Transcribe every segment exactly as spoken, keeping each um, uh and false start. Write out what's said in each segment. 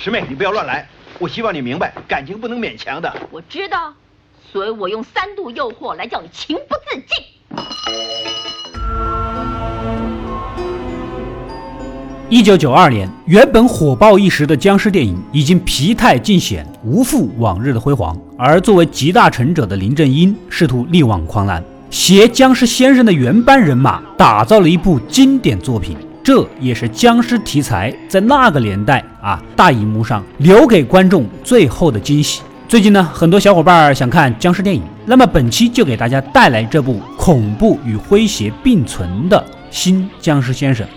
师妹，你不要乱来。我希望你明白，感情不能勉强的。 我知道，所以我用三度诱惑来叫你情不自禁。 一九九二年，原本火爆一时的僵尸电影已经疲态尽显，无复往日的辉煌。而作为集大成者的林正英试图力挽狂澜，携僵尸先生的原班人马打造了一部经典作品。这也是僵尸题材在那个年代啊大荧幕上留给观众最后的惊喜。最近呢，很多小伙伴想看僵尸电影，那么本期就给大家带来这部恐怖与诙谐并存的新僵尸先生。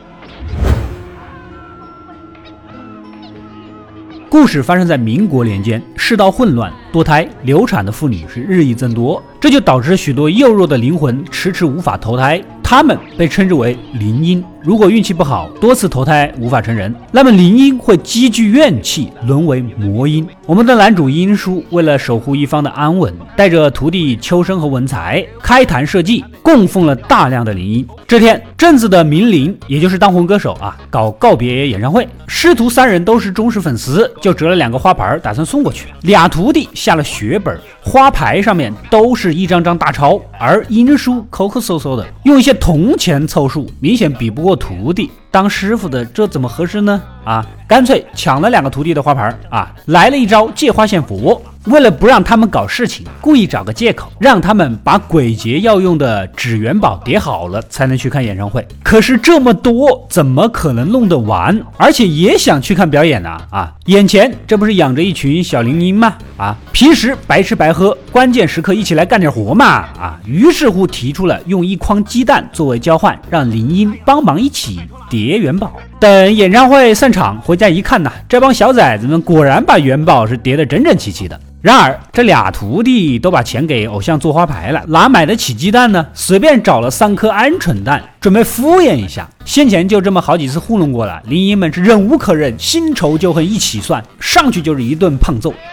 故事发生在民国年间，世道混乱，多胎流产的妇女是日益增多，这就导致许多幼弱的灵魂迟迟无法投胎，他们被称之为灵婴。如果运气不好，多次投胎无法成人，那么灵婴会积聚怨气，沦为魔婴。我们的男主英叔为了守护一方的安稳，带着徒弟秋生和文才开坛设计，供奉了大量的灵婴。这天，镇子的名伶，也就是当红歌手啊，搞告别演唱会，师徒三人都是忠实粉丝，就折了两个花牌，打算送过去。俩徒弟下了血本，花牌上面都是一张张大钞，而英叔抠抠搜搜的用一些铜钱凑数，明显比不过徒弟。当师傅的这怎么合适呢？啊，干脆抢了两个徒弟的花牌啊，来了一招借花献佛。为了不让他们搞事情，故意找个借口让他们把鬼节要用的纸元宝叠好了才能去看演唱会。可是这么多怎么可能弄得完？而且也想去看表演呢、啊？啊，眼前这不是养着一群小灵婴吗？啊，平时白吃白喝，关键时刻一起来干点活嘛！啊，于是乎提出了用一筐鸡蛋作为交换，让灵婴帮忙一起叠元宝。等演唱会散场回家一看呐，这帮小崽子们果然把元宝是叠得整整齐齐的。然而这俩徒弟都把钱给偶像做花牌了，哪买得起鸡蛋呢？随便找了三颗鹌鹑蛋，准备敷衍一下。先前就这么好几次糊弄过了，灵婴们是忍无可忍，新仇旧恨一起算，上去就是一顿胖揍。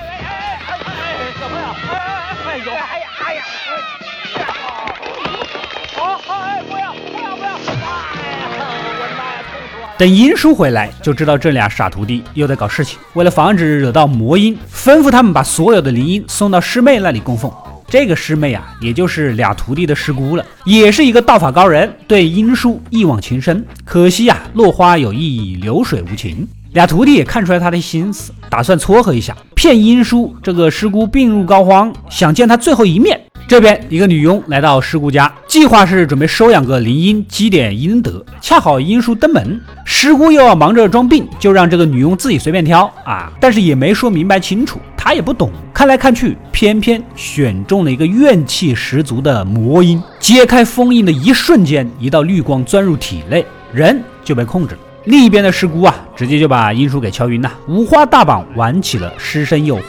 等英叔回来，就知道这俩傻徒弟又在搞事情。为了防止惹到魔婴，吩咐他们把所有的灵婴送到师妹那里供奉。这个师妹啊，也就是俩徒弟的师姑了，也是一个道法高人，对英叔一往情深。可惜啊，落花有意，流水无情。俩徒弟也看出来他的心思，打算撮合一下，骗英叔这个师姑病入膏肓，想见他最后一面。这边一个女佣来到师姑家，计划是准备收养个灵婴，积点阴德。恰好英叔登门，师姑又要忙着装病，就让这个女佣自己随便挑啊，但是也没说明白清楚，她也不懂。看来看去，偏偏选中了一个怨气十足的魔婴。揭开封印的一瞬间，一道绿光钻入体内，人就被控制了。另一边的师姑啊，直接就把英叔给敲晕了，五花大绑玩起了师生诱惑。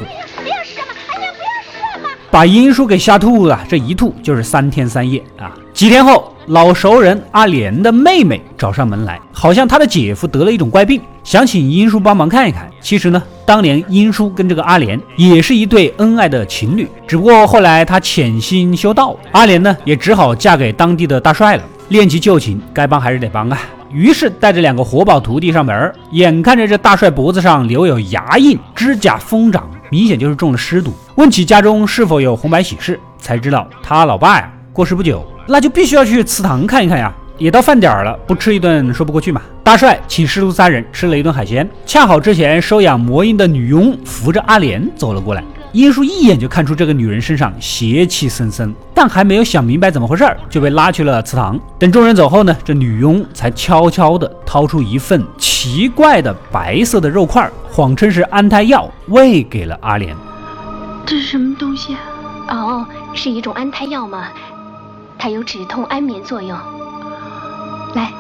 把英叔给吓吐了，这一吐就是三天三夜啊！几天后，老熟人阿莲的妹妹找上门来，好像他的姐夫得了一种怪病，想请英叔帮忙看一看。其实呢，当年英叔跟这个阿莲也是一对恩爱的情侣，只不过后来他潜心修道，阿莲呢也只好嫁给当地的大帅了。恋其旧情，该帮还是得帮啊！于是带着两个活宝徒弟上门，眼看着这大帅脖子上留有牙印，指甲疯长，明显就是中了尸毒。问起家中是否有红白喜事，才知道他老爸呀过世不久，那就必须要去祠堂看一看呀。也到饭点了，不吃一顿说不过去嘛。大帅请师徒三人吃了一顿海鲜，恰好之前收养魔婴的女佣扶着阿莲走了过来。英叔一眼就看出这个女人身上邪气森森，但还没有想明白怎么回事，就被拉去了祠堂。等众人走后呢，这女佣才悄悄地掏出一份奇怪的白色的肉块，谎称是安胎药，喂给了阿莲。 这是什么东西啊？ 哦，是一种安胎药嘛，它有止痛安眠作用。来，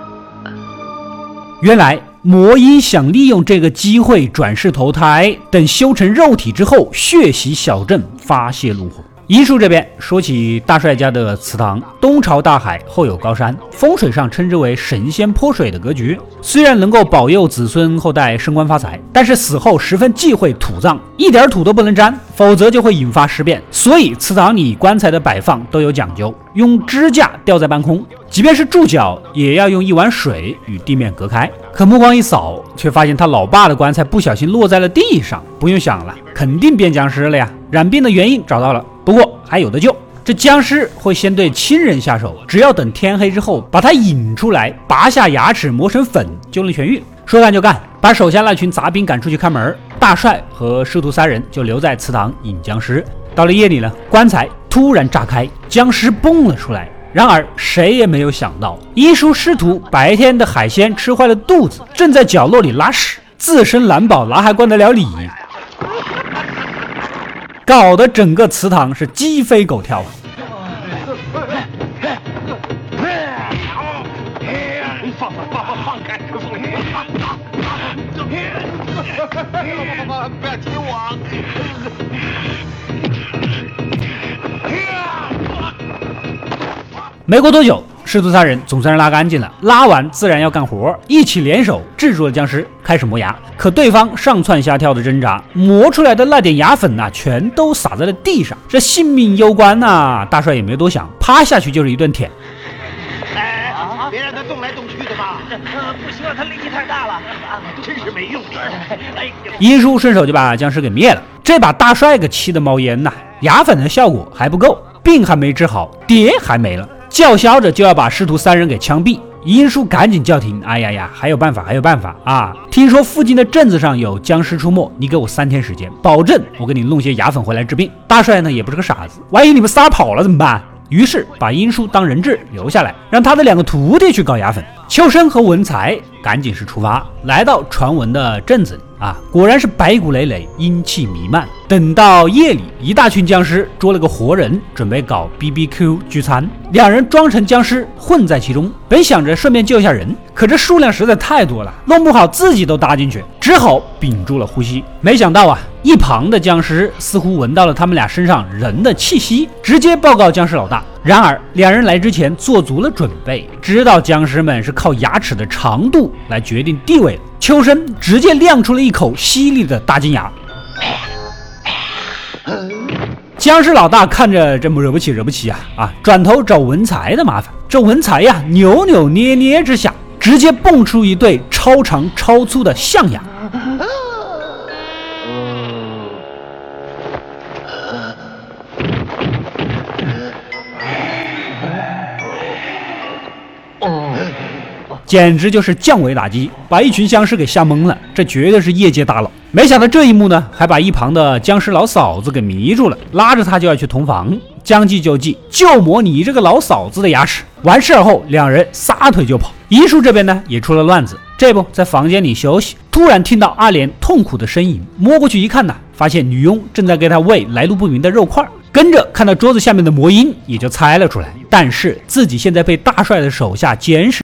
原来魔婴想利用这个机会转世投胎，等修成肉体之后血洗小镇发泄怒火。 医术这边说起大帅家的祠堂，东朝大海，后有高山，风水上称之为神仙泼水的格局。虽然能够保佑子孙后代升官发财，但是死后十分忌讳土葬，一点土都不能沾，否则就会引发尸变。所以祠堂里棺材的摆放都有讲究，用支架吊在半空，即便是住脚也要用一碗水与地面隔开。可目光一扫，却发现他老爸的棺材不小心落在了地上，不用想了，肯定变僵尸了呀！染病的原因找到了，不过还有的救。这僵尸会先对亲人下手，只要等天黑之后把他引出来，拔下牙齿磨成粉就能痊愈。说干就干，把手下那群杂兵赶出去看门，大帅和师徒三人就留在祠堂引僵尸。到了夜里呢，棺材突然炸开，僵尸蹦了出来。然而谁也没有想到，医书师徒白天的海鲜吃坏了肚子，正在角落里拉屎，自身难保哪还惯得了理，搞得整个祠堂是鸡飞狗跳啊！ 放放放放放开！不要亲我！ 没过多久，师徒三人总算是拉干净了，拉完自然要干活，一起联手制住了僵尸，开始磨牙。可对方上蹿下跳的挣扎，磨出来的那点牙粉呐、啊，全都洒在了地上，这性命攸关呐、啊！大帅也没多想，趴下去就是一顿舔。 哎，别让他动来动去的嘛！呃，不行了，他力气太大了，啊，真是没用的。哎， 医书顺手就把僵尸给灭了，这把大帅给气得冒烟呐、啊！牙粉的效果还不够，病还没治好，碟还没了。叫嚣着就要把师徒三人给枪毙，殷叔赶紧叫停。哎呀呀，还有办法，还有办法啊！听说附近的镇子上有僵尸出没，你给我三天时间，保证我给你弄些牙粉回来治病。大帅呢也不是个傻子，万一你们仨跑了怎么办？于是把殷叔当人质留下来，让他的两个徒弟去搞牙粉。秋生和文才赶紧是出发，来到传闻的镇子里啊，果然是白骨累累，阴气弥漫。等到夜里，一大群僵尸捉了个活人，准备搞 B B Q 聚餐。两人装成僵尸混在其中，本想着顺便救一下人，可这数量实在太多了，弄不好自己都搭进去，只好屏住了呼吸。没想到啊，一旁的僵尸似乎闻到了他们俩身上人的气息，直接报告僵尸老大。然而两人来之前做足了准备，知道僵尸们是靠牙齿的长度来决定地位的。秋生直接亮出了一口犀利的大金牙。僵尸老大看着这么惹不起惹不起啊啊，转头找文才的麻烦。这文才呀，扭扭捏捏之下，直接蹦出一对超长超粗的象牙。简直就是降维打击，把一群僵尸给吓懵了，这绝对是业界大佬。没想到这一幕呢，还把一旁的僵尸老嫂子给迷住了，拉着他就要去同房。将计就计，就磨你这个老嫂子的牙齿。完事后，两人撒腿就跑。医术这边呢也出了乱子，这不在房间里休息，突然听到阿莲痛苦的呻吟，摸过去一看呢，发现女佣正在给他喂来路不明的肉块。跟着看到桌子下面的魔音，也就猜了出来，但是自己现在被大帅的手下监视。